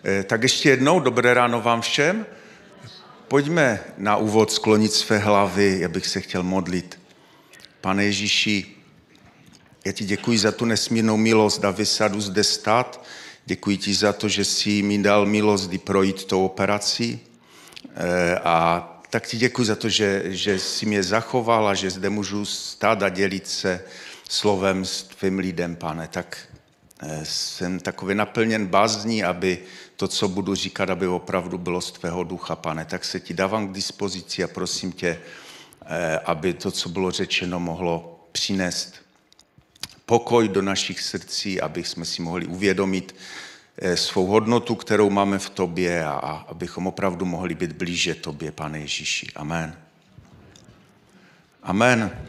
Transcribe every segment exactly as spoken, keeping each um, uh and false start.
Tak ještě jednou, dobré ráno vám všem. Pojďme na úvod sklonit své hlavy, já bych se chtěl modlit. Pane Ježíši, já ti děkuji za tu nesmírnou milost a vysadu zde stát. Děkuji ti za to, že jsi mi dal milost i projít tou operací. A tak ti děkuji za to, že, že jsi mě zachoval a že zde můžu stát a dělit se slovem s tvým lidem, pane. Tak jsem takový naplněn bázní, aby to, co budu říkat, aby opravdu bylo z tvého ducha, pane. Tak se ti dávám k dispozici a prosím tě, aby to, co bylo řečeno, mohlo přinést pokoj do našich srdcí, aby jsme si mohli uvědomit svou hodnotu, kterou máme v tobě a abychom opravdu mohli být blíže tobě, pane Ježíši. Amen. Amen.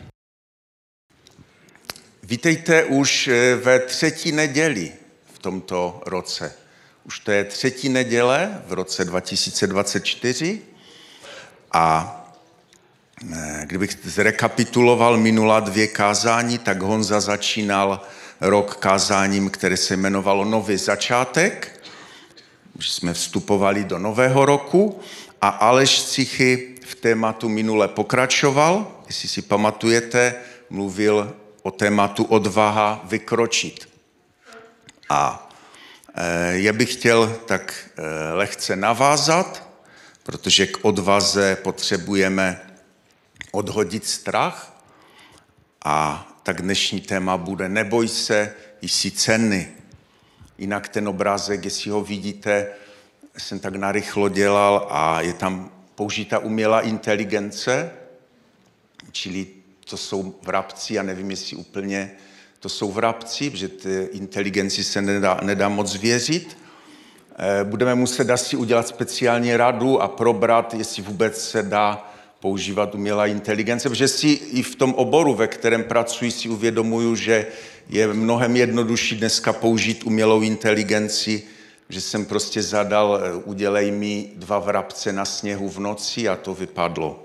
Vítejte už ve třetí neděli v tomto roce. Už to je třetí neděle v roce dva tisíce dvacet čtyři a kdybych zrekapituloval minulá dvě kázání, tak Honza začínal rok kázáním, které se jmenovalo Nový začátek. Už jsme vstupovali do nového roku a Aleš Cichy v tématu minule pokračoval. Jestli si pamatujete, mluvil o tématu odvaha vykročit. A e, já bych chtěl tak e, lehce navázat, protože k odvaze potřebujeme odhodit strach a tak dnešní téma bude neboj se, jsi cenný. Jinak ten obrázek, jestli ho vidíte, jsem tak narychlo dělal a je tam použita umělá inteligence, čili to jsou vrabci, já nevím, jestli úplně to jsou vrabci, protože té inteligenci se nedá, nedá moc věřit. Budeme muset asi udělat speciální radu a probrat, jestli vůbec se dá používat umělá inteligence, protože si i v tom oboru, ve kterém pracuji, si uvědomuju, že je mnohem jednodušší dneska použít umělou inteligenci, že jsem prostě zadal, udělej mi dva vrabce na sněhu v noci a to vypadlo.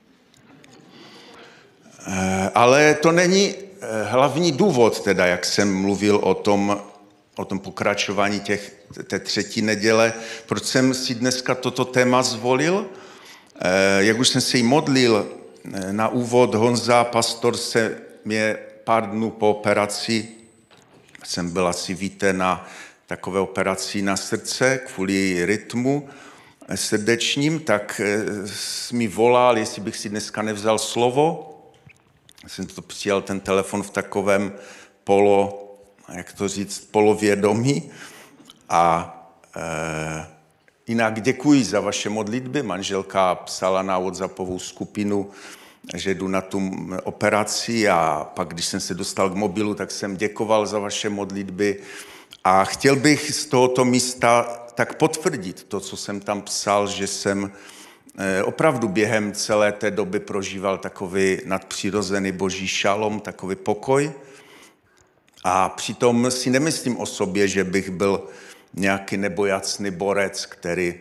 Ale to není hlavní důvod, teda, jak jsem mluvil o tom, o tom pokračování těch, té třetí neděle, proč jsem si dneska toto téma zvolil. Jak už jsem se jí modlil na úvod, Honza, pastor, se mě pár dnů po operaci, jsem byl asi víte na takové operaci na srdce kvůli rytmu srdečním, tak mi volal, jestli bych si dneska nevzal slovo. Jsem to přijal ten telefon v takovém polo, jak to říct, polovědomí a e, jinak děkuji za vaše modlitby. Manželka psala na WhatsAppovou skupinu, že jdu na tu operaci a pak, když jsem se dostal k mobilu, tak jsem děkoval za vaše modlitby a chtěl bych z tohoto místa tak potvrdit to, co jsem tam psal, že jsem opravdu během celé té doby prožíval takový nadpřirozený boží šalom, takový pokoj. A přitom si nemyslím o sobě, že bych byl nějaký nebojacný borec, který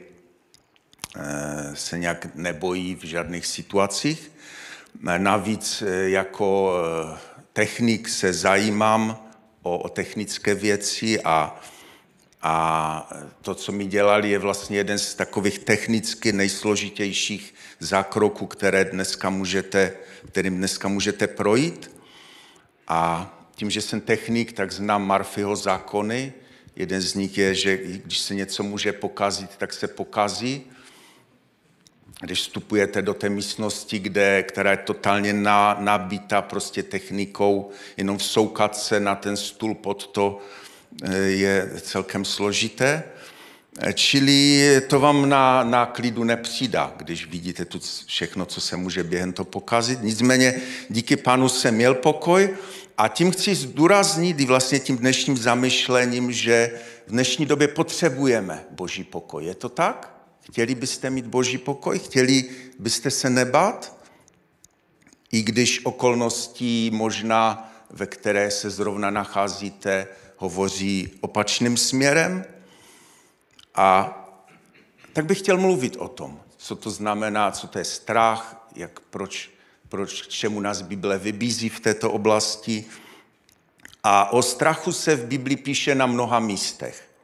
se nějak nebojí v žádných situacích. Navíc jako technik se zajímám o, o technické věci a A to, co mi dělali, je vlastně jeden z takových technicky nejsložitějších zákroků, které dneska můžete, kterým dneska můžete projít. A tím, že jsem technik, tak znám Murphyho zákony. Jeden z nich je, že když se něco může pokazit, tak se pokazí. Když vstupujete do té místnosti, kde, která je totálně na, nabitá prostě technikou, jenom vsoukat se na ten stůl pod to, je celkem složité, čili to vám na, na klidu nepřidá, když vidíte tu všechno, co se může během toho pokazit. Nicméně díky Pánu jsem měl pokoj a tím chci zdůraznit i vlastně tím dnešním zamyšlením, že v dnešní době potřebujeme boží pokoj. Je to tak? Chtěli byste mít boží pokoj? Chtěli byste se nebát? I když okolností možná, ve které se zrovna nacházíte, hovoří opačným směrem. A tak bych chtěl mluvit o tom, co to znamená, co to je strach, jak, proč, proč, k čemu nás Bible vybízí v této oblasti. A o strachu se v Bibli píše na mnoha místech.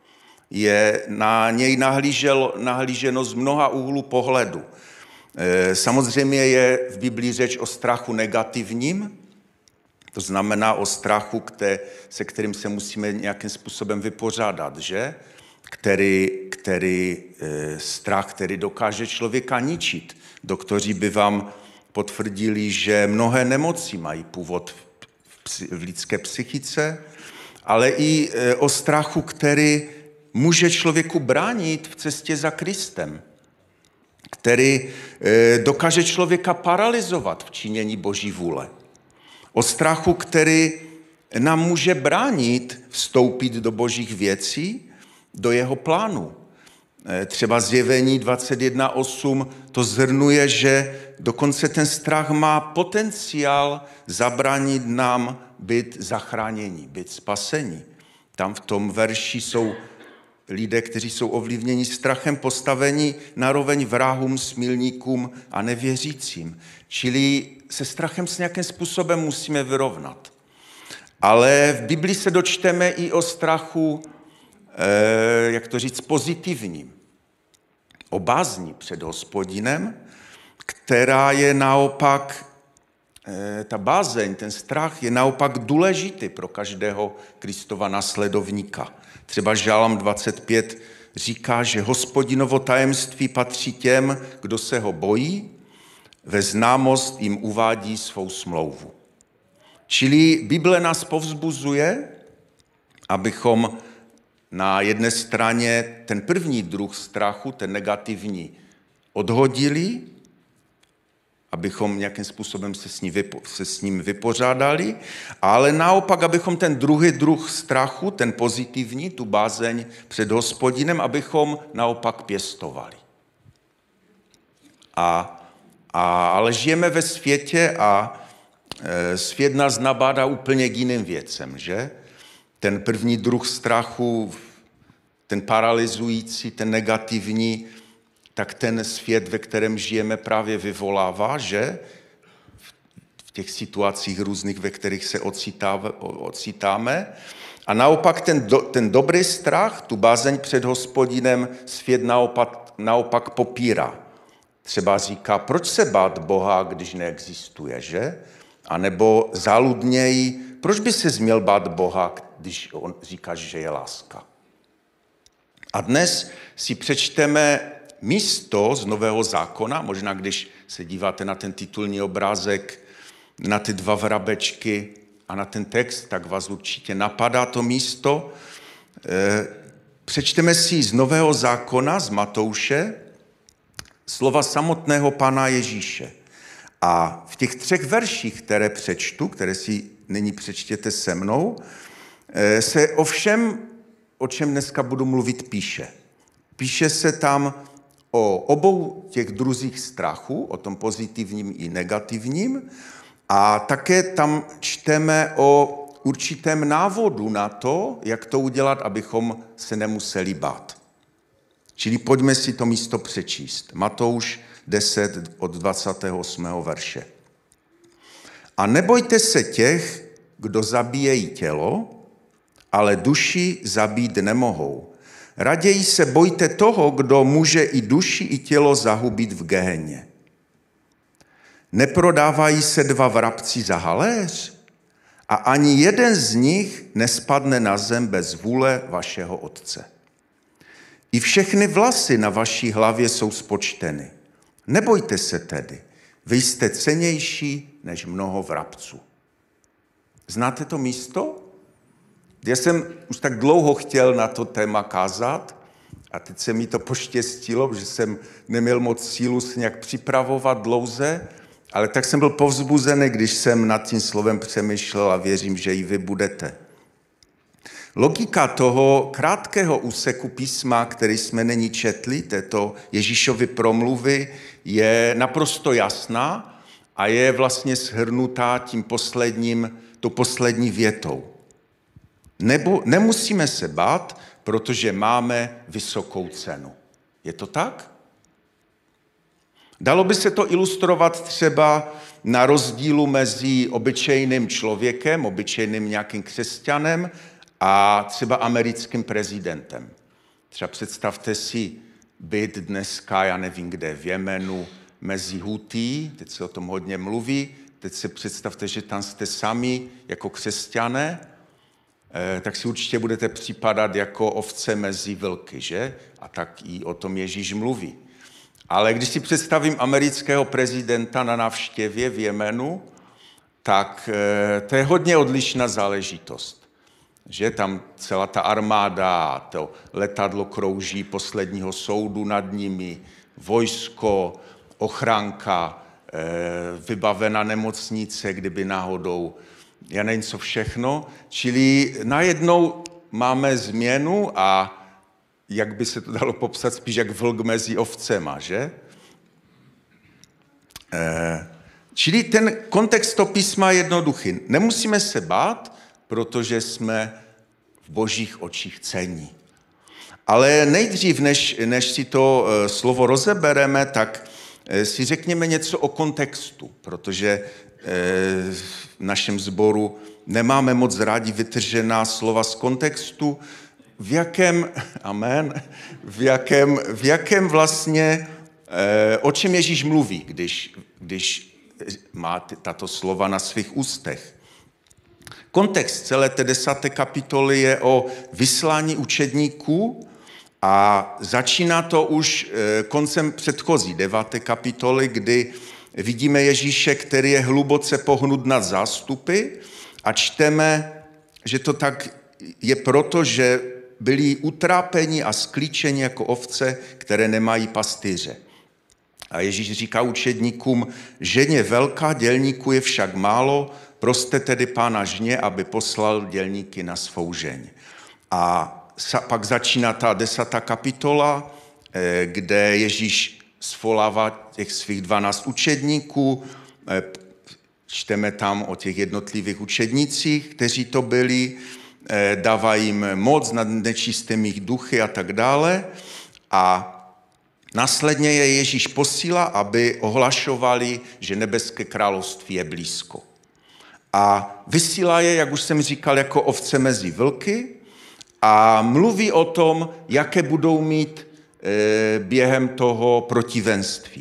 Je na něj nahlížel, nahlíženo z mnoha úhlů pohledu. Samozřejmě je v Biblii řeč o strachu negativním, to znamená o strachu, které, se kterým se musíme nějakým způsobem vypořádat, že? Který, který strach, který dokáže člověka ničit. Doktoři by vám potvrdili, že mnohé nemoci mají původ v lidské psychice, ale i o strachu, který může člověku bránit v cestě za Kristem, který dokáže člověka paralyzovat v činění Boží vůle. O strachu, který nám může bránit vstoupit do Božích věcí, do jeho plánu. Třeba Zjevení dvacet jedna osm to zhrnuje, že dokonce ten strach má potenciál zabránit nám být zachráněni, být spaseni. Tam v tom verši jsou lidé, kteří jsou ovlivněni strachem, postavení naroveň vrahům, smilníkům a nevěřícím. Čili se strachem s nějakým způsobem musíme vyrovnat. Ale v Biblii se dočteme i o strachu, eh, jak to říct, pozitivním. O bázni před Hospodinem, která je naopak, eh, ta bázeň, ten strach je naopak důležitý pro každého Kristova následovníka. Třeba Žálm dvacet pět říká, že Hospodinovo tajemství patří těm, kdo se ho bojí, ve známost jim uvádí svou smlouvu. Čili Bible nás povzbuzuje, abychom na jedné straně ten první druh strachu, ten negativní, odhodili, abychom nějakým způsobem se s, ním vypo, se s ním vypořádali, ale naopak, abychom ten druhý druh strachu, ten pozitivní, tu bázeň před Hospodinem, abychom naopak pěstovali. A, a, ale žijeme ve světě a e, svět nás nabádá úplně k jiným věcem, že? Ten první druh strachu, ten paralyzující, ten negativní, tak ten svět, ve kterém žijeme, právě vyvolává, že v těch situacích různých, ve kterých se ocitáme. A naopak ten, do, ten dobrý strach, tu bázeň před Hospodinem, svět naopak, naopak popírá. Třeba říká, proč se bát Boha, když neexistuje, že? A nebo záludněji, proč by se měl bát Boha, když on říká, že je láska. A dnes si přečteme místo z Nového zákona, možná když se díváte na ten titulní obrázek, na ty dva vrabečky a na ten text, tak vás určitě napadá to místo. Přečteme si z Nového zákona, z Matouše, slova samotného Pána Ježíše. A v těch třech verších, které přečtu, které si nyní přečtěte se mnou, se o všem, o čem dneska budu mluvit, píše. Píše se tam o obou těch druzích strachu, o tom pozitivním i negativním, a také tam čteme o určitém návodu na to, jak to udělat, abychom se nemuseli bát. Čili pojďme si to místo přečíst. Matouš deset od dvacátého osmého verše. A nebojte se těch, kdo zabíjejí tělo, ale duši zabít nemohou. Raději se bojte toho, kdo může i duši, i tělo zahubit v Gehenně. Neprodávají se dva vrabci za haléř? A ani jeden z nich nespadne na zem bez vůle vašeho Otce. I všechny vlasy na vaší hlavě jsou spočteny. Nebojte se tedy, vy jste cennější než mnoho vrabců. Znáte to místo? Já jsem už tak dlouho chtěl na to téma kázat a teď se mi to poštěstilo, že jsem neměl moc sílu se nějak připravovat dlouze, ale tak jsem byl povzbuzený, když jsem nad tím slovem přemýšlel a věřím, že i vy budete. Logika toho krátkého úseku písma, který jsme nyní četli, této Ježíšovy promluvy, je naprosto jasná a je vlastně shrnutá tím posledním, tou poslední větou. Nebo nemusíme se bát, protože máme vysokou cenu. Je to tak? Dalo by se to ilustrovat třeba na rozdílu mezi obyčejným člověkem, obyčejným nějakým křesťanem a třeba americkým prezidentem. Třeba představte si byt dneska, já nevím kde, v Jemenu, mezi Hutí, teď se o tom hodně mluví, teď si představte, že tam jste sami jako křesťané, eh, tak si určitě budete připadat jako ovce mezi vlky, že? A tak i o tom Ježíš mluví. Ale když si představím amerického prezidenta na návštěvě v Jemenu, tak eh, to je hodně odlišná záležitost. Že tam celá ta armáda, to letadlo krouží posledního soudu nad nimi, vojsko, ochránka, vybavena nemocnice, kdyby náhodou, já nevím co všechno. Čili najednou máme změnu a jak by se to dalo popsat, spíš jak vlk mezi ovcema, že? Čili ten kontext toho písma je jednoduchý. Nemusíme se bát, protože jsme v božích očích cenní. Ale nejdřív, než, než si to slovo rozebereme, tak si řekněme něco o kontextu, protože v našem sboru nemáme moc rádi vytržená slova z kontextu, v jakém, amen, v jakém, v jakém vlastně, o čem Ježíš mluví, když, když má tato slova na svých ústech. Kontext celé té desáté kapitoly je o vyslání učedníků a začíná to už koncem předchozí deváté kapitoly, kdy vidíme Ježíše, který je hluboce pohnut nad zástupy a čteme, že to tak je proto, že byli utrápeni a sklíčeni jako ovce, které nemají pastýře. A Ježíš říká učedníkům, ženě velká, dělníků je však málo, proste tedy pána žně, aby poslal dělníky na svou žeň. A pak začíná ta desátá kapitola, kde Ježíš svolává těch svých dvanáct učedníků, čteme tam o těch jednotlivých učednících, kteří to byli, dává jim moc nad nečistými duchy a tak dále. A následně je Ježíš posílá, aby ohlašovali, že nebeské království je blízko. A vysílá je, jak už jsem říkal, jako ovce mezi vlky a mluví o tom, jaké budou mít e, během toho protivenství.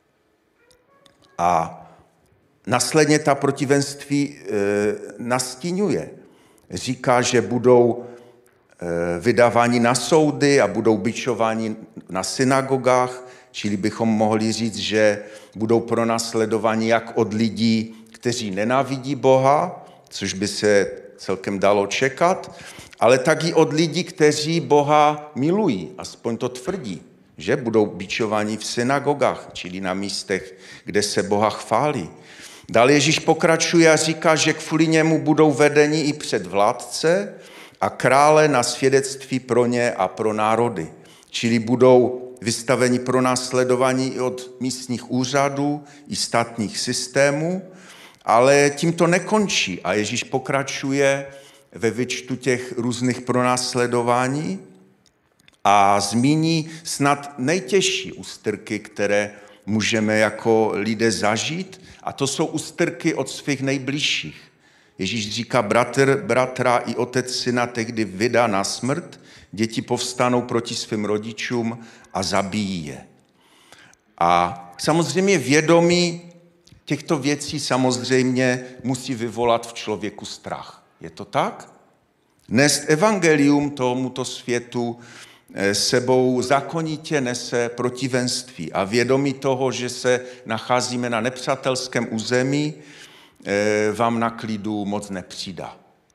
A následně ta protivenství e, nastínuje. Říká, že budou e, vydáváni na soudy a budou bičováni na synagogách, čili bychom mohli říct, že budou pronásledováni jak od lidí, kteří nenávidí Boha, což by se celkem dalo čekat, ale taky od lidí, kteří Boha milují, aspoň to tvrdí, že budou bičováni v synagogách, čili na místech, kde se Boha chválí. Dále Ježíš pokračuje a říká, že kvůli němu budou vedeni i před vládce a krále na svědectví pro ně a pro národy, čili budou vystaveni pro následování i od místních úřadů i státních systémů, ale tím to nekončí a Ježíš pokračuje ve výčtu těch různých pronásledování a zmíní snad nejtěžší ústrky, které můžeme jako lidé zažít, a to jsou ústrky od svých nejbližších. Ježíš říká, bratr, bratra i otec syna tehdy vydá na smrt, děti povstanou proti svým rodičům a zabijí je. A samozřejmě vědomí těchto věcí samozřejmě musí vyvolat v člověku strach. Je to tak? Nést evangelium tomuto světu sebou zákonitě nese protivenství a vědomí toho, že se nacházíme na nepřátelském území, vám na klidu moc nepřidá.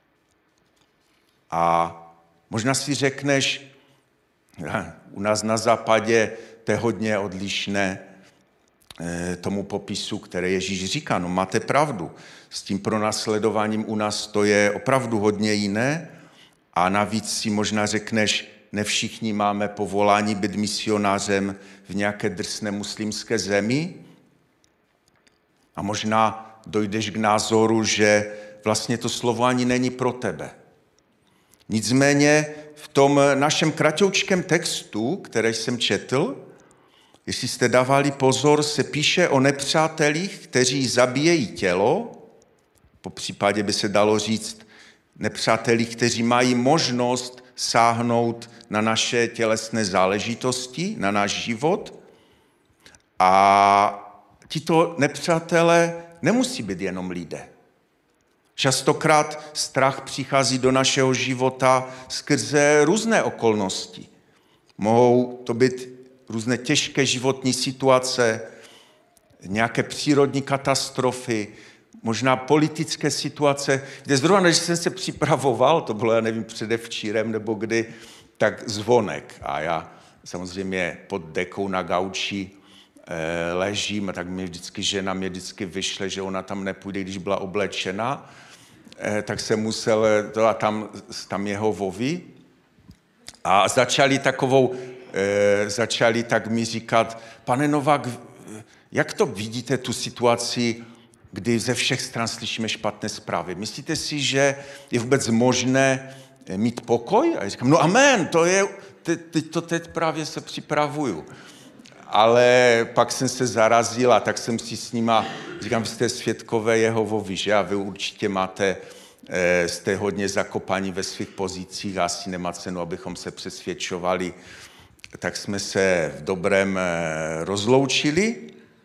A možná si řekneš, u nás na západě to je hodně odlišné tomu popisu, které Ježíš říká. No máte pravdu, s tím pronásledováním u nás to je opravdu hodně jiné a navíc si možná řekneš, ne všichni máme povolání být misionářem v nějaké drsné muslimské zemi a možná dojdeš k názoru, že vlastně to slovo ani není pro tebe. Nicméně v tom našem kratoučkém textu, který jsem četl, jestli jste dávali pozor, se píše o nepřátelích, kteří zabíjejí tělo, po případě by se dalo říct nepřátelích, kteří mají možnost sáhnout na naše tělesné záležitosti, na náš život. A tito nepřátelé nemusí být jenom lidé. Častokrát strach přichází do našeho života skrze různé okolnosti. Mohou to být různé těžké životní situace, nějaké přírodní katastrofy, možná politické situace, kde zrovna, když jsem se připravoval, to bylo, já nevím, předevčírem nebo kdy, tak zvonek. A já samozřejmě pod dekou na gauči e, ležím, a tak mě vždycky žena mě vždycky vyšle, že ona tam nepůjde, když byla oblečena, e, tak jsem musel, to a tam, tam jeho voví. A začali takovou, e, začali tak mi říkat, pane Novák, jak to vidíte, tu situaci, kdy ze všech stran slyšíme špatné zprávy? Myslíte si, že je vůbec možné mít pokoj? A já říkám, no amen, to je, teď to teď právě se připravuju. Ale pak jsem se zarazil a tak jsem si s nima, říkám, vy jste svědkové Jehovovi, že? A vy určitě máte, jste hodně zakopaní ve svých pozicích, asi nemá cenu, abychom se přesvědčovali. Tak jsme se v dobrém rozloučili.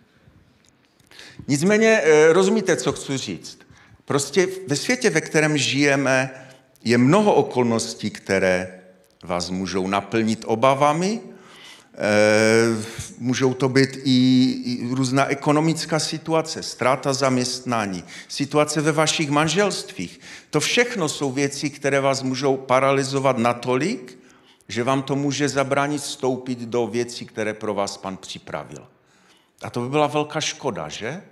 Nicméně rozumíte, co chci říct. Prostě ve světě, ve kterém žijeme, je mnoho okolností, které vás můžou naplnit obavami. Můžou to být i, i různá ekonomická situace, ztráta zaměstnání, situace ve vašich manželstvích. To všechno jsou věci, které vás můžou paralyzovat natolik, že vám to může zabránit vstoupit do věcí, které pro vás Pan připravil. A to by byla velká škoda, že?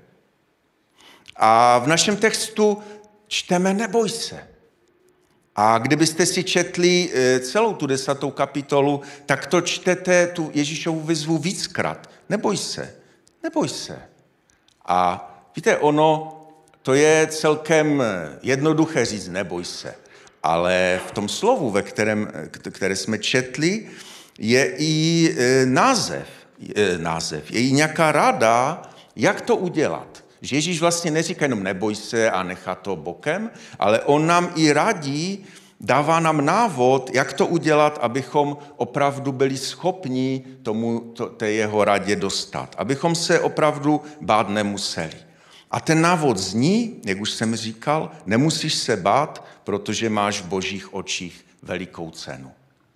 A v našem textu čteme neboj se. A kdybyste si četli celou tu desátou kapitolu, tak to čtete tu Ježíšovu výzvu víckrát. Neboj se, neboj se. A víte, ono, to je celkem jednoduché říct neboj se. Ale v tom slovu, ve kterém, které jsme četli, je i název. Je, název. Je i nějaká rada, jak to udělat. Že Ježíš vlastně neříká jenom neboj se a nechá to bokem, ale on nám i radí, dává nám návod, jak to udělat, abychom opravdu byli schopni tomu, to, té jeho radě dostat. Abychom se opravdu bát nemuseli. A ten návod zní, jak už jsem říkal, nemusíš se bát, protože máš v Božích očích velikou cenu.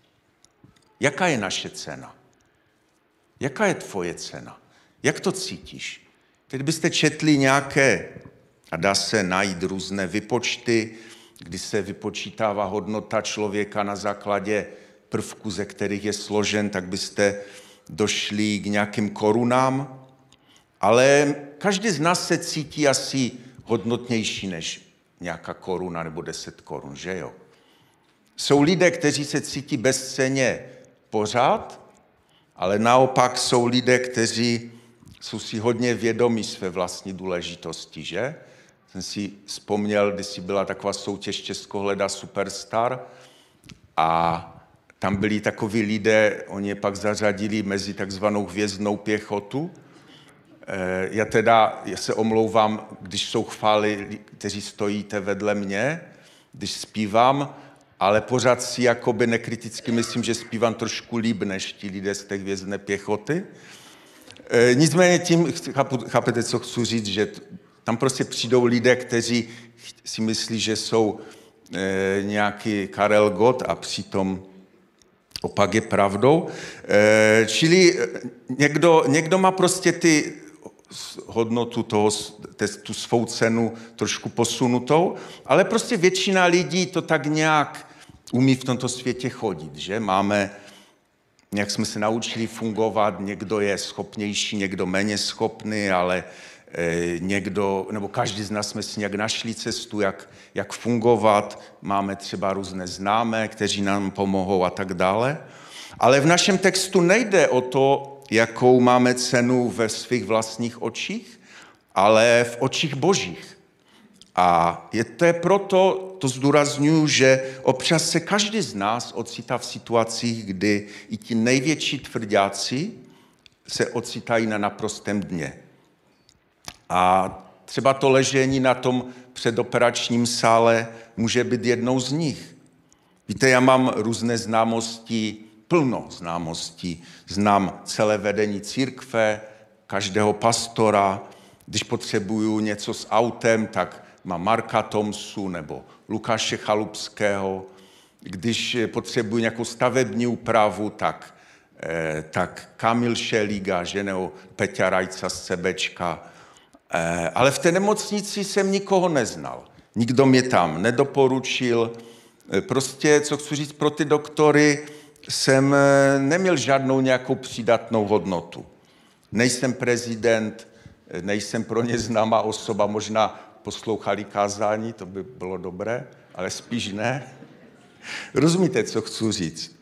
Jaká je naše cena? Jaká je tvoje cena? Jak to cítíš? Teď byste četli nějaké, a dá se najít různé vypočty, kdy se vypočítává hodnota člověka na základě prvků, ze kterých je složen, tak byste došli k nějakým korunám. Ale každý z nás se cítí asi hodnotnější než nějaká koruna nebo deset korun, že jo? Jsou lidé, kteří se cítí bezcenně pořád, ale naopak jsou lidé, kteří jsou si hodně vědomí své vlastní důležitosti, že? Jsem si vzpomněl, když byla taková soutěž Českohleda Superstar a tam byli takoví lidé, oni je pak zařadili mezi takzvanou hvězdnou pěchotu. Já teda, já se omlouvám, když jsou chvály, kteří stojíte vedle mě, když zpívám, ale pořád si jakoby nekriticky myslím, že zpívám trošku líp než ti lidé z té hvězdné pěchoty. E, nicméně tím, chápete, co chci říct, že tam prostě přijdou lidé, kteří si myslí, že jsou e, nějaký Karel Gott a přitom opak je pravdou. E, čili někdo, někdo má prostě ty hodnotu toho, tu svou cenu trošku posunutou, ale prostě většina lidí to tak nějak umí v tomto světě chodit, že? Máme, nějak jsme se naučili fungovat, někdo je schopnější, někdo méně schopný, ale eh, někdo, nebo každý z nás jsme si nějak našli cestu, jak, jak fungovat, máme třeba různé známé, kteří nám pomohou a tak dále. Ale v našem textu nejde o to, jakou máme cenu ve svých vlastních očích, ale v očích Božích. A je to je proto, to zdůrazňuji, že občas se každý z nás ocitá v situacích, kdy i ti největší tvrdáci se ocitají na naprostém dně. A třeba to ležení na tom předoperačním sále může být jednou z nich. Víte, já mám různé známosti, plno známostí. Znám celé vedení církve, každého pastora. Když potřebuju něco s autem, tak mám Marka Tomsu nebo Lukáše Chalupského. Když potřebuji nějakou stavební úpravu, tak, eh, tak Kamil Šeliga, že nebo Peťa Rajca z Cebečka. Eh, ale v té nemocnici jsem nikoho neznal. Nikdo mě tam nedoporučil. Eh, prostě, co chci říct, pro ty doktory jsem eh, neměl žádnou nějakou přídatnou hodnotu. Nejsem prezident, eh, nejsem pro ně známá osoba, možná poslouchali kázání, to by bylo dobré, ale spíš ne. Rozumíte, co chci říct?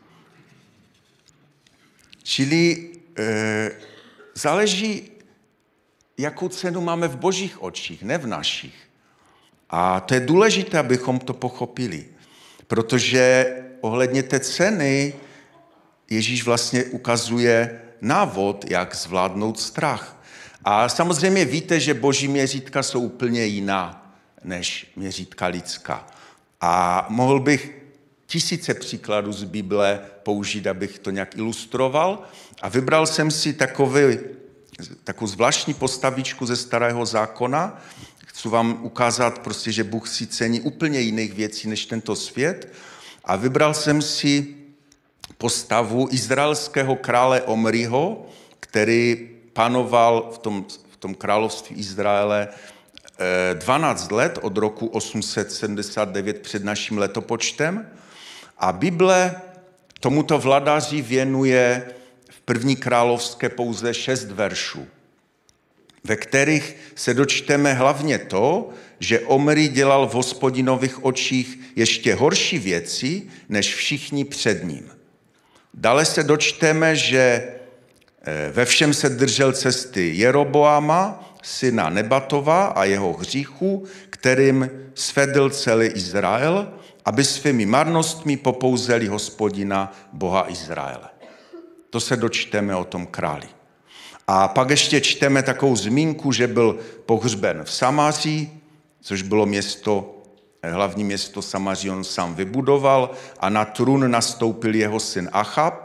Čili e, záleží, jakou cenu máme v božích očích, ne v našich. A to je důležité, abychom to pochopili. Protože ohledně té ceny Ježíš vlastně ukazuje návod, jak zvládnout strach. A samozřejmě víte, že boží měřítka jsou úplně jiná než měřítka lidská. A mohl bych tisíce příkladů z Bible použít, abych to nějak ilustroval. A vybral jsem si takový, takovou zvláštní postavičku ze Starého zákona. Chci vám ukázat prostě, že Bůh si cení úplně jiných věcí než tento svět. A vybral jsem si postavu izraelského krále Omriho, který panoval v tom, v tom království Izraele dvanáct let od roku osm set sedmdesát devět před naším letopočtem. A Bible tomuto vladaři věnuje v první královské pouze šest veršů, ve kterých se dočteme hlavně to, že Omri dělal v Hospodinových očích ještě horší věci, než všichni před ním. Dále se dočteme, že ve všem se držel cesty Jeroboama, syna Nebatova a jeho hříchu, kterým svedl celý Izrael, aby svými marnostmi popouzeli Hospodina, Boha Izraele. To se dočteme o tom králi. A pak ještě čteme takovou zmínku, že byl pohřben v Samaří, což bylo město, hlavní město Samaří, on sám vybudoval a na trůn nastoupil jeho syn Achab.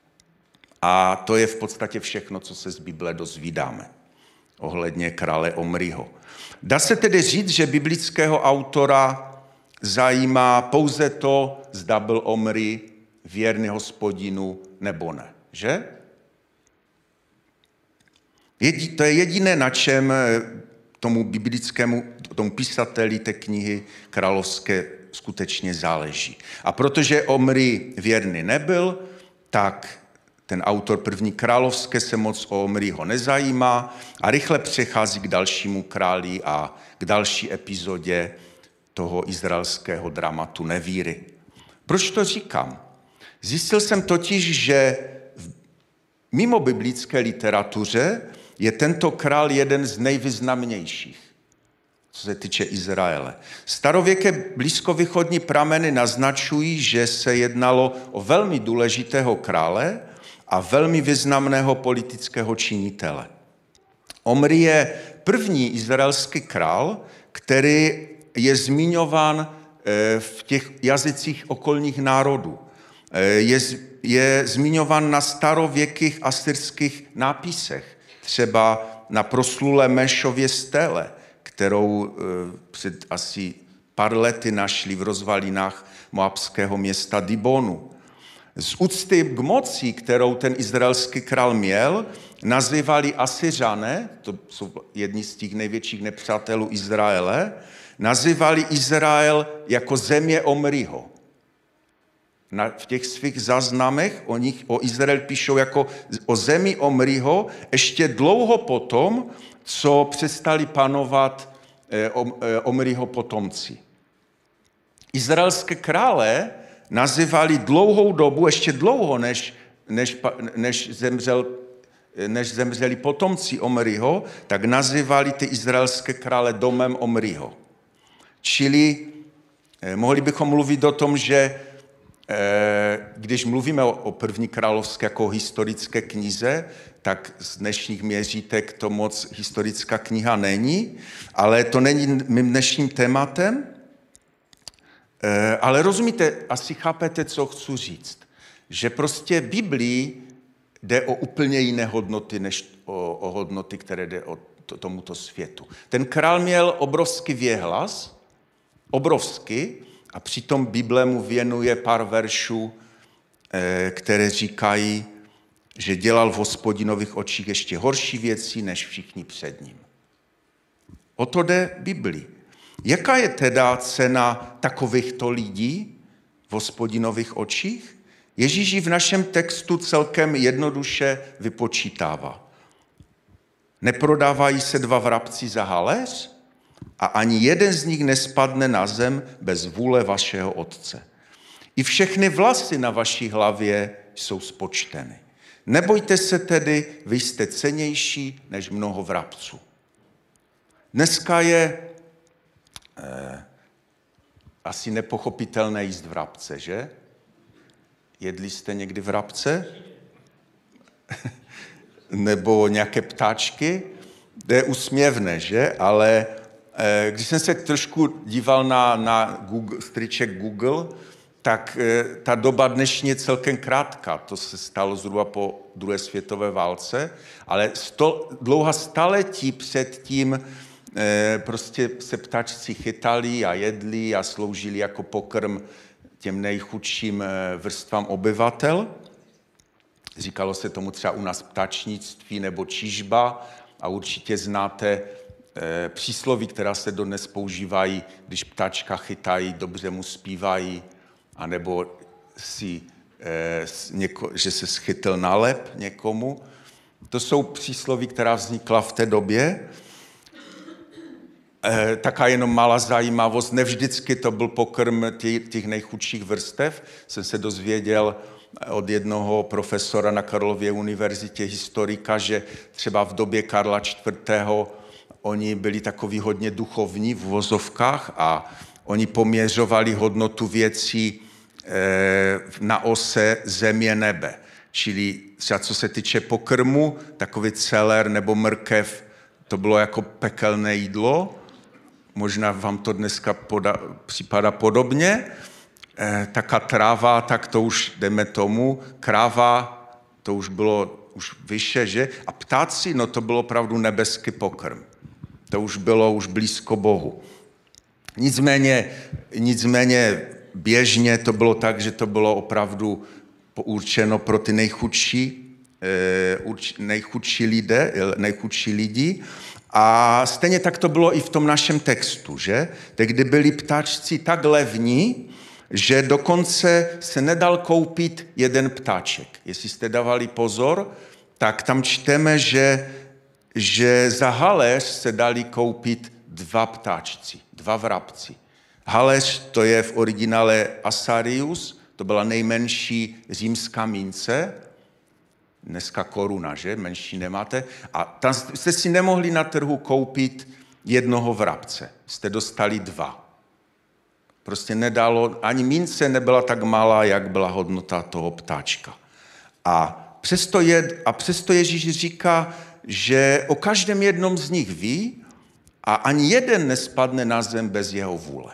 A to je v podstatě všechno, co se z Bible dozvídáme ohledně krále Omriho. Dá se tedy říct, že biblického autora zajímá pouze to, zda byl Omri věrný Hospodinu nebo ne, že? To je jediné, na čem tomu biblickému, tomu písateli té knihy královské skutečně záleží. A protože Omri věrný nebyl, tak ten autor první královské se moc o Omriho nezajímá a rychle přechází k dalšímu králi a k další epizodě toho izraelského dramatu nevíry. Proč to říkám? Zjistil jsem totiž, že v mimo biblické literatuře je tento král jeden z nejvýznamnějších, co se týče Izraele. Starověké blízkovýchodní prameny naznačují, že se jednalo o velmi důležitého krále a velmi významného politického činitele. Omri je první izraelský král, který je zmiňován v těch jazycích okolních národů. Je, je zmiňován na starověkých asyrských nápisech, třeba na proslulé Mešově stele, kterou před asi pár lety našli v rozvalinách moabského města Dibonu. Z úcty k moci, kterou ten izraelský král měl, nazývali Asyřané, to jsou jedni z těch největších nepřátelů Izraele, nazývali Izrael jako země Omriho. Na, v těch svých záznamech o nich, o Izrael píšou jako o zemi Omriho ještě dlouho potom, co přestali panovat eh, om, eh, Omriho potomci. Izraelské krále nazývali dlouhou dobu, ještě dlouho, než, než, než, zemřel, než zemřeli potomci Omriho, tak nazývali ty izraelské krále domem Omriho. Čili eh, mohli bychom mluvit o tom, že eh, když mluvíme o, o první královské jako historické knize, tak z dnešních měřítek to moc historická kniha není, ale to není mým dnešním tématem. E, ale rozumíte, asi chápete, co chci říct. Že prostě v Biblii jde o úplně jiné hodnoty, než o, o hodnoty, které jde o to, tomuto světu. Ten král měl obrovský věhlas, obrovský, a přitom Bible mu věnuje pár veršů, e, které říkají, že dělal v Hospodinových očích ještě horší věci, než všichni před ním. O to jde Biblii. Jaká je teda cena takovýchto lidí v Hospodinových očích? Ježíš ji v našem textu celkem jednoduše vypočítává. Neprodávají se dva vrabci za haléř a ani jeden z nich nespadne na zem bez vůle vašeho Otce. I všechny vlasy na vaší hlavě jsou spočteny. Nebojte se tedy, vy jste cennější než mnoho vrabců. Dneska je eh, asi nepochopitelné jíst vrabce, že? Jedli jste někdy vrabce? Nebo nějaké ptáčky? To je úsměvné, že? Ale eh, když jsem se trošku díval na, na Google, stříček Google, tak eh, ta doba dnešní je celkem krátká. To se stalo zhruba po druhé světové válce, ale sto, dlouhá staletí předtím eh, prostě se ptáčci chytali a jedli a sloužili jako pokrm těm nejchudším vrstvám obyvatel. Říkalo se tomu třeba u nás ptačnictví nebo čižba a určitě znáte e, přísloví, která se dodnes používají, když ptačka chytají, dobře mu zpívají, anebo si, e, něko, že se schytil na lep někomu. To jsou přísloví, která vznikla v té době. E, taká jenom malá zajímavost, nevždycky to byl pokrm těch nejchudších vrstev. Jsem se dozvěděl od jednoho profesora na Karlově univerzitě, historika, že třeba v době Karla čtvrtého oni byli takový hodně duchovní v vozovkách a oni poměřovali hodnotu věcí e, na ose země nebe. Čili třeba co se týče pokrmu, takový celer nebo mrkev, to bylo jako pekelné jídlo. Možná vám to dneska poda, připadá podobně. E, taká tráva, tak to už jdeme tomu. Kráva, to už bylo už vyše, že? A ptáci, no to bylo opravdu nebeský pokrm. To už bylo už blízko Bohu. Nicméně, nicméně běžně to bylo tak, že to bylo opravdu určeno pro ty nejchudší, e, nejchudší, lidé, nejchudší lidi. A stejně tak to bylo i v tom našem textu, že? Tehdy byli ptáčci tak levní, že dokonce se nedal koupit jeden ptáček. Jestli jste dávali pozor, tak tam čteme, že, že za haléř se dali koupit dva ptáčci, dva vrabci. Haléř, to je v originále Asarius, to byla nejmenší římská mince, dneska koruna, že? Menší nemáte. A tam jste si nemohli na trhu koupit jednoho vrabce. Jste dostali dva. Prostě nedalo, ani mince nebyla tak malá, jak byla hodnota toho ptáčka. A přesto, je, a přesto Ježíš říká, že o každém jednom z nich ví a ani jeden nespadne na zem bez jeho vůle.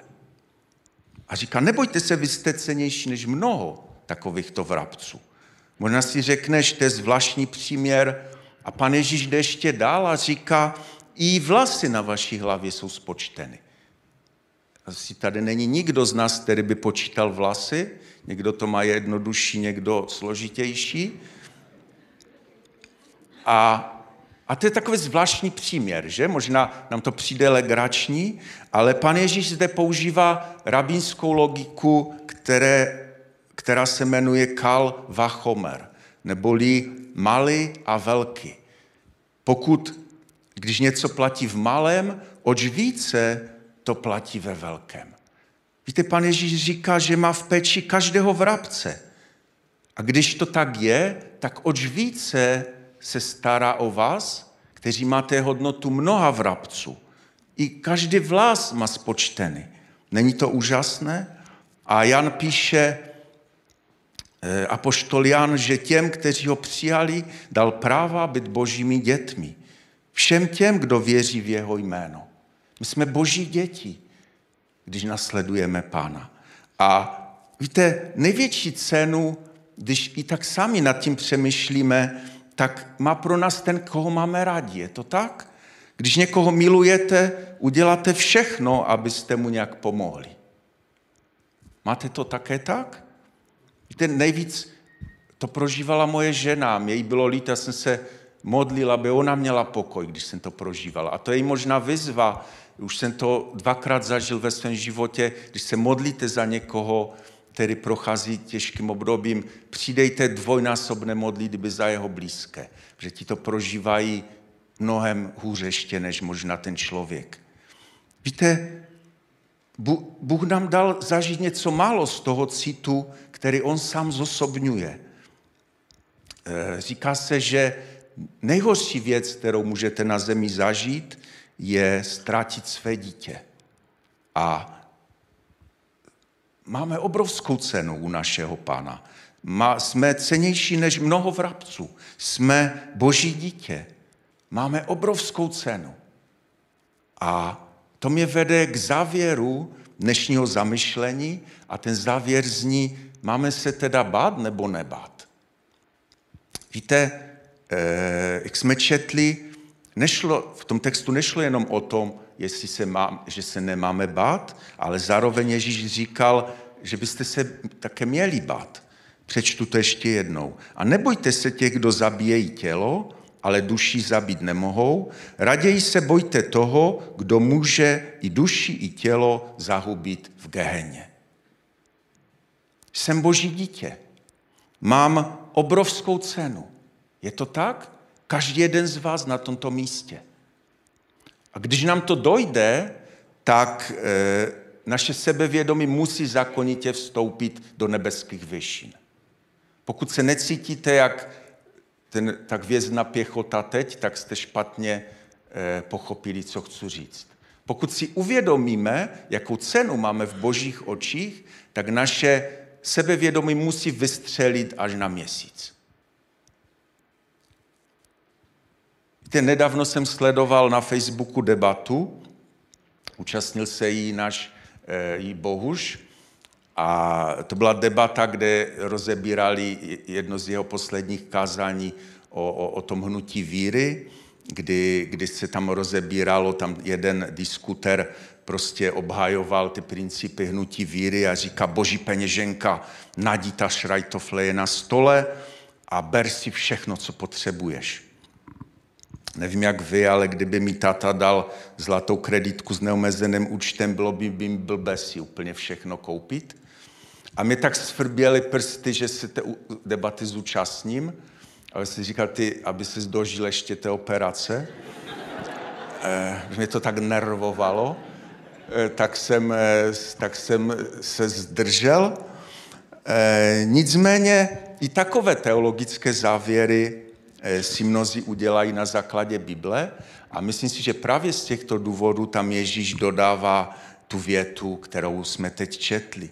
A říká, nebojte se, vy jste cennější než mnoho takovýchto vrabců. Možná si řekneš, to je zvláštní příměr a pan Ježíš jde ještě dál a říká, i vlasy na vaší hlavě jsou spočteny. Asi tady není nikdo z nás, který by počítal vlasy, někdo to má jednodušší, někdo složitější. A, a to je takový zvláštní příměr, že? Možná nám to přijde legrační, ale pan Ježíš zde používá rabínskou logiku, které která se jmenuje kal vachomer, neboli malý a velký. Pokud, když něco platí v malém, oč více to platí ve velkém. Víte, pan Ježíš říká, že má v péči každého vrabce. A když to tak je, tak oč více se stará o vás, kteří máte hodnotu mnoha vrabců. I každý vlas má spočtený. Není to úžasné? A Jan píše, apoštol Jan, že těm, kteří ho přijali, dal práva být božími dětmi. Všem těm, kdo věří v jeho jméno. My jsme boží děti, když nasledujeme Pána. A víte, největší cenu, když i tak sami nad tím přemýšlíme, tak má pro nás ten, koho máme rádi. Je to tak? Když někoho milujete, uděláte všechno, abyste mu nějak pomohli. Máte to také tak? Víte, nejvíc to prožívala moje žena. Mě jí bylo líto, já jsem se modlil, aby ona měla pokoj, když jsem to prožíval. A to je možná výzva. Už jsem to dvakrát zažil ve svém životě. Když se modlíte za někoho, který prochází těžkým obdobím, přidejte dvojnásobné modlitby za jeho blízké. Protože ti to prožívají mnohem hůře ještě, než možná ten člověk. Víte, Bůh nám dal zažít něco málo z toho citu, který on sám zosobňuje. Říká se, že nejhorší věc, kterou můžete na zemi zažít, je ztratit své dítě. A máme obrovskou cenu u našeho Pána. Má, jsme cennější než mnoho vrabců. Jsme Boží dítě. Máme obrovskou cenu. A to mě vede k závěru dnešního zamyšlení a ten závěr zní, máme se teda bát nebo nebát. Víte, eh, jak jsme četli, nešlo, v tom textu nešlo jenom o tom, jestli se má, že se nemáme bát, ale zároveň Ježíš říkal, že byste se také měli bát. Přečtu to ještě jednou. A nebojte se těch, kdo zabíjejí tělo, ale duši zabít nemohou. Raději se bojte toho, kdo může i duši, i tělo zahubit v Geheně. Jsem Boží dítě. Mám obrovskou cenu. Je to tak? Každý jeden z vás na tomto místě. A když nám to dojde, tak e, naše sebevědomí musí zákonitě vstoupit do nebeských výšin. Pokud se necítíte jak ten, tak vězna pěchota teď, tak jste špatně e, pochopili, co chci říct. Pokud si uvědomíme, jakou cenu máme v Božích očích, tak naše sebevědomí musí vystřelit až na měsíc. Víte, nedávno jsem sledoval na Facebooku debatu, účastnil se jí náš e, jí Bohuš, a to byla debata, kde rozebírali jedno z jeho posledních kázání o, o, o tom hnutí víry, kdy, kdy se tam rozebíralo, tam jeden diskutér prostě obhajoval ty principy hnutí víry a říká, boží peněženka, Nadita Šrajtofle je na stole a ber si všechno, co potřebuješ. Nevím, jak vy, ale kdyby mi táta dal zlatou kreditku s neomezeným účtem, bylo by mi blbé si úplně všechno koupit. A mě tak svrběly prsty, že se té debaty zúčastním. Ale si říkal, ty, aby ses dožil ještě té operace. E, mě to tak nervovalo, e, tak, jsem, e, tak jsem se zdržel. E, nicméně i takové teologické závěry si mnozí udělají na základě Bible a myslím si, že právě z těchto důvodů tam Ježíš dodává tu větu, kterou jsme teď četli.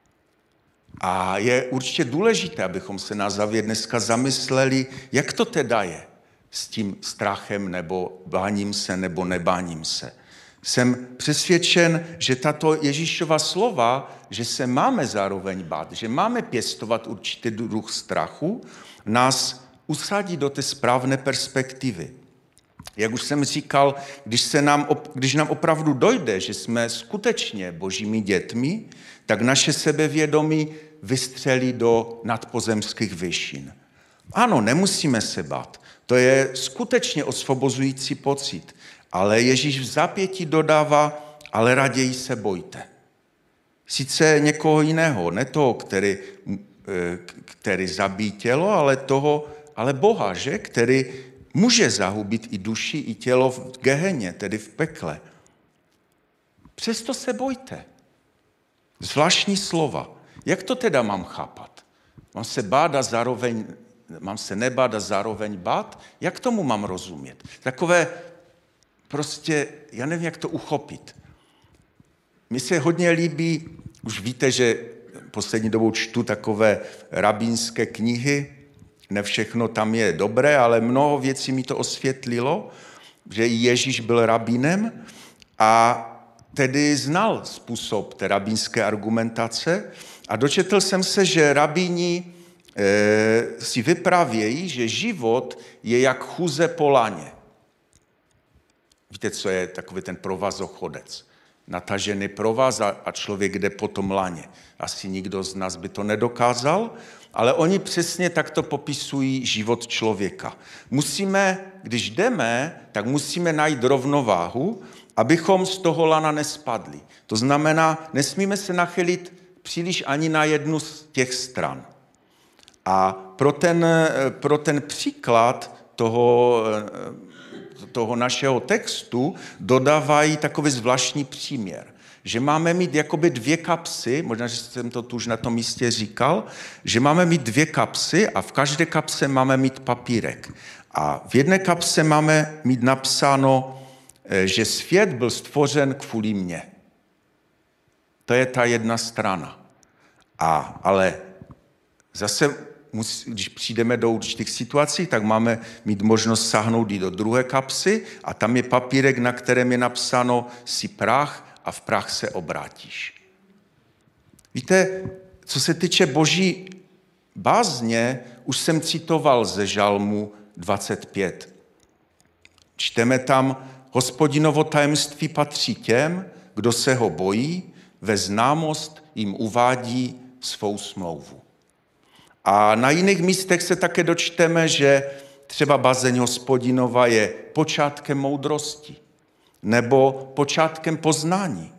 A je určitě důležité, abychom se na závěr dneska zamysleli, jak to teda je s tím strachem nebo báním se nebo nebáním se. Jsem přesvědčen, že tato Ježíšova slova, že se máme zároveň bát, že máme pěstovat určitý druh strachu, nás usadí do té správné perspektivy. Jak už jsem říkal, když, se nám, když nám opravdu dojde, že jsme skutečně božími dětmi, tak naše sebevědomí vystřelí do nadpozemských výšin. Ano, nemusíme se bát. To je skutečně osvobozující pocit. Ale Ježíš v zápětí dodává, ale raději se bojte. Sice někoho jiného, ne toho, který, který zabíjí tělo, ale toho, ale Boha, že? Který může zahubit i duši, i tělo v Geheně, tedy v pekle. Přesto se bojte. Zvláštní slova. Jak to teda mám chápat? Mám se bát a zároveň, mám se nebát a zároveň bát? Jak tomu mám rozumět? Takové prostě, já nevím, jak to uchopit. Mně se hodně líbí, už víte, že poslední dobou čtu takové rabínské knihy, ne všechno tam je dobré, ale mnoho věcí mi to osvětlilo, že i Ježíš byl rabínem a tedy znal způsob té rabínské argumentace a dočetl jsem se, že rabíni e, si vyprávějí, že život je jak chůze po laně. Víte, co je takový ten provazochodec? Natažený provaz a člověk jde po tom laně. Asi nikdo z nás by to nedokázal, ale oni přesně takto popisují život člověka. Musíme, když jdeme, tak musíme najít rovnováhu, abychom z toho lana nespadli. To znamená, nesmíme se nachylit příliš ani na jednu z těch stran. A pro ten, pro ten příklad toho, toho našeho textu dodávají takový zvláštní příměr, že máme mít jakoby dvě kapsy, možná, že jsem to tu už na tom místě říkal, že máme mít dvě kapsy a v každé kapse máme mít papírek. A v jedné kapse máme mít napsáno, že svět byl stvořen kvůli mně. To je ta jedna strana. A, ale zase, když přijdeme do určitých situací, tak máme mít možnost sáhnout i do druhé kapsy a tam je papírek, na kterém je napsáno jsi prach a v prach se obrátíš. Víte, co se týče boží bázně, už jsem citoval ze Žalmu dvacet pět. Čteme tam, Hospodinovo tajemství patří těm, kdo se ho bojí, ve známost jim uvádí svou smlouvu. A na jiných místech se také dočteme, že třeba bázeň Hospodinova je počátkem moudrosti nebo počátkem poznání.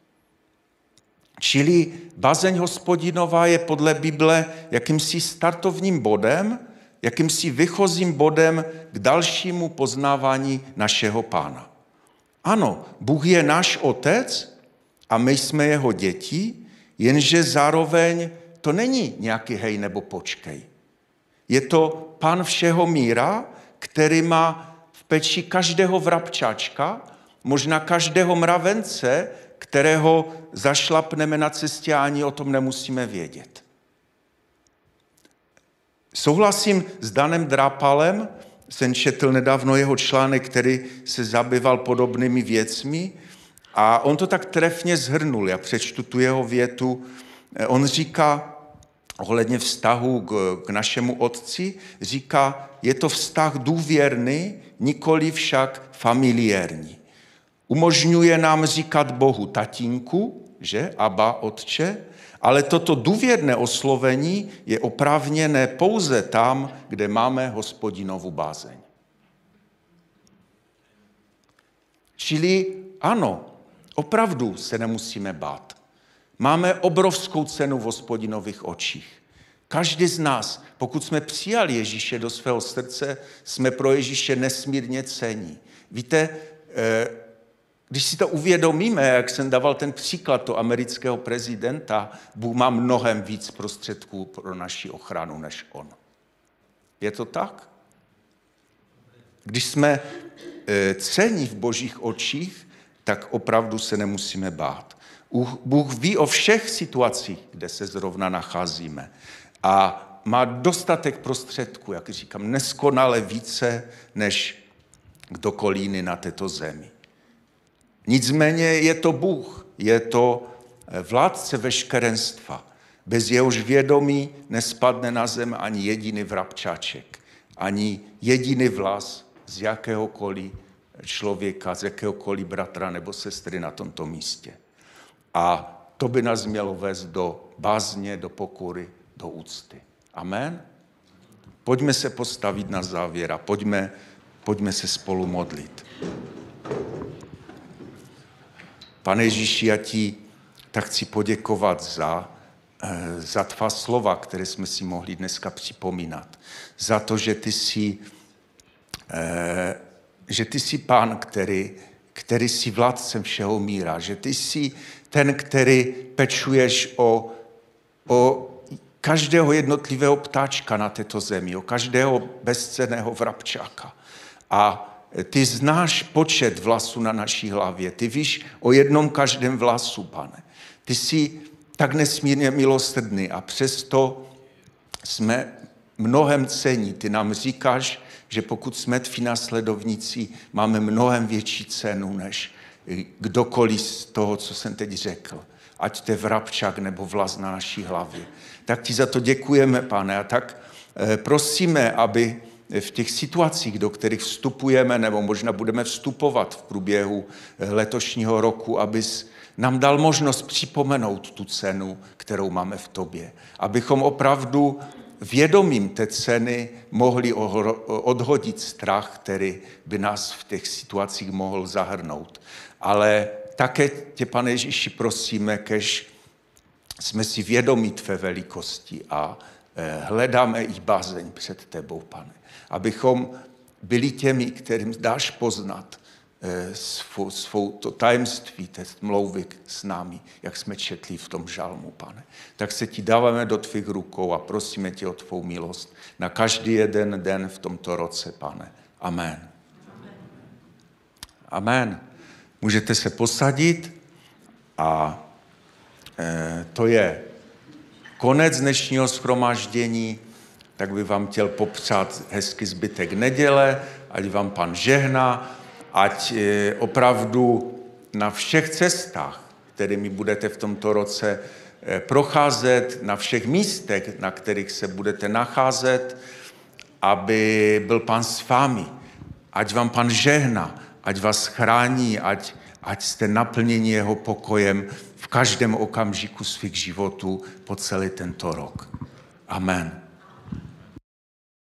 Čili bázeň Hospodinova je podle Bible jakýmsi startovním bodem, jakýmsi vychozím bodem k dalšímu poznávání našeho Pána. Ano, Bůh je náš otec a my jsme jeho děti, jenže zároveň to není nějaký hej nebo počkej. Je to Pán všeho míra, který má v peči každého vrabčáčka, možná každého mravence, kterého zašlapneme na cestě a ani o tom nemusíme vědět. Souhlasím s Danem Drápalem, jsem četl nedávno jeho článek, který se zabýval podobnými věcmi a on to tak trefně shrnul. Já přečtu tu jeho větu. On říká, ohledně vztahu k, k našemu otci, říká, je to vztah důvěrný, nikoli však familiární. Umožňuje nám říkat Bohu tatínku, že, Abba, otče, ale toto důvěrné oslovení je oprávněné pouze tam, kde máme Hospodinovu bázeň. Čili ano, opravdu se nemusíme bát. Máme obrovskou cenu v Hospodinových očích. Každý z nás, pokud jsme přijali Ježíše do svého srdce, jsme pro Ježíše nesmírně cenní. Víte, když si to uvědomíme, jak jsem dával ten příklad toho amerického prezidenta, Bůh má mnohem víc prostředků pro naši ochranu než on. Je to tak? Když jsme cenní v božích očích, tak opravdu se nemusíme bát. Bůh ví o všech situacích, kde se zrovna nacházíme a má dostatek prostředků, jak říkám, neskonale více než kdokoliv jiný na této zemi. Nicméně je to Bůh, je to vládce veškerenstva. Bez jehož vědomí nespadne na zem ani jediný vrabčáček, ani jediný vlas z jakéhokoliv člověka, z jakéhokoliv bratra nebo sestry na tomto místě. A to by nás mělo vést do bázně, do pokory, do úcty. Amen? Pojďme se postavit na závěr a pojďme, pojďme se spolu modlit. Pane Ježíši, já ti tak chci poděkovat za, za tvá slova, které jsme si mohli dneska připomínat. Za to, že ty jsi, že ty jsi Pán, který, který jsi vládcem všeho míra, že ty jsi ten, který pečuješ o, o každého jednotlivého ptáčka na této zemi, o každého bezcenného vrabčáka. A ty znáš počet vlasů na naší hlavě. Ty víš o jednom každém vlasu, Pane. Ty jsi tak nesmírně milosrdný a přesto jsme mnohem cenní. Ty nám říkáš, že pokud jsme tví následovníci, máme mnohem větší cenu než kdokoliv z toho, co jsem teď řekl, ať to je vrabčák nebo vlas na naší hlavě. Tak ti za to děkujeme, Pane, a tak prosíme, aby v těch situacích, do kterých vstupujeme, nebo možná budeme vstupovat v průběhu letošního roku, abys nám dal možnost připomenout tu cenu, kterou máme v tobě. Abychom opravdu vědomím té ceny mohli odhodit strach, který by nás v těch situacích mohl zahrnout. Ale také tě, Pane Ježíši, prosíme, kež jsme si vědomí tvé velikosti a hledáme i bázeň před tebou, Pane. Abychom byli těmi, kterým dáš poznat svou, svou to tajemství té smlouvy s námi, jak jsme četli v tom žalmu, Pane. Tak se ti dáváme do tvých rukou a prosíme tě o tvou milost na každý jeden den v tomto roce, Pane. Amen. Amen. Amen. Můžete se posadit a e, to je konec dnešního shromáždění. Tak bych vám chtěl popřát hezký zbytek neděle, ať vám Pan žehná, ať e, opravdu na všech cestách, kterými budete v tomto roce e, procházet, na všech místech, na kterých se budete nacházet, aby byl Pan s vámi. Ať vám Pan žehná, ať vás chrání, ať, ať jste naplněni jeho pokojem v každém okamžiku svých životů po celý tento rok. Amen.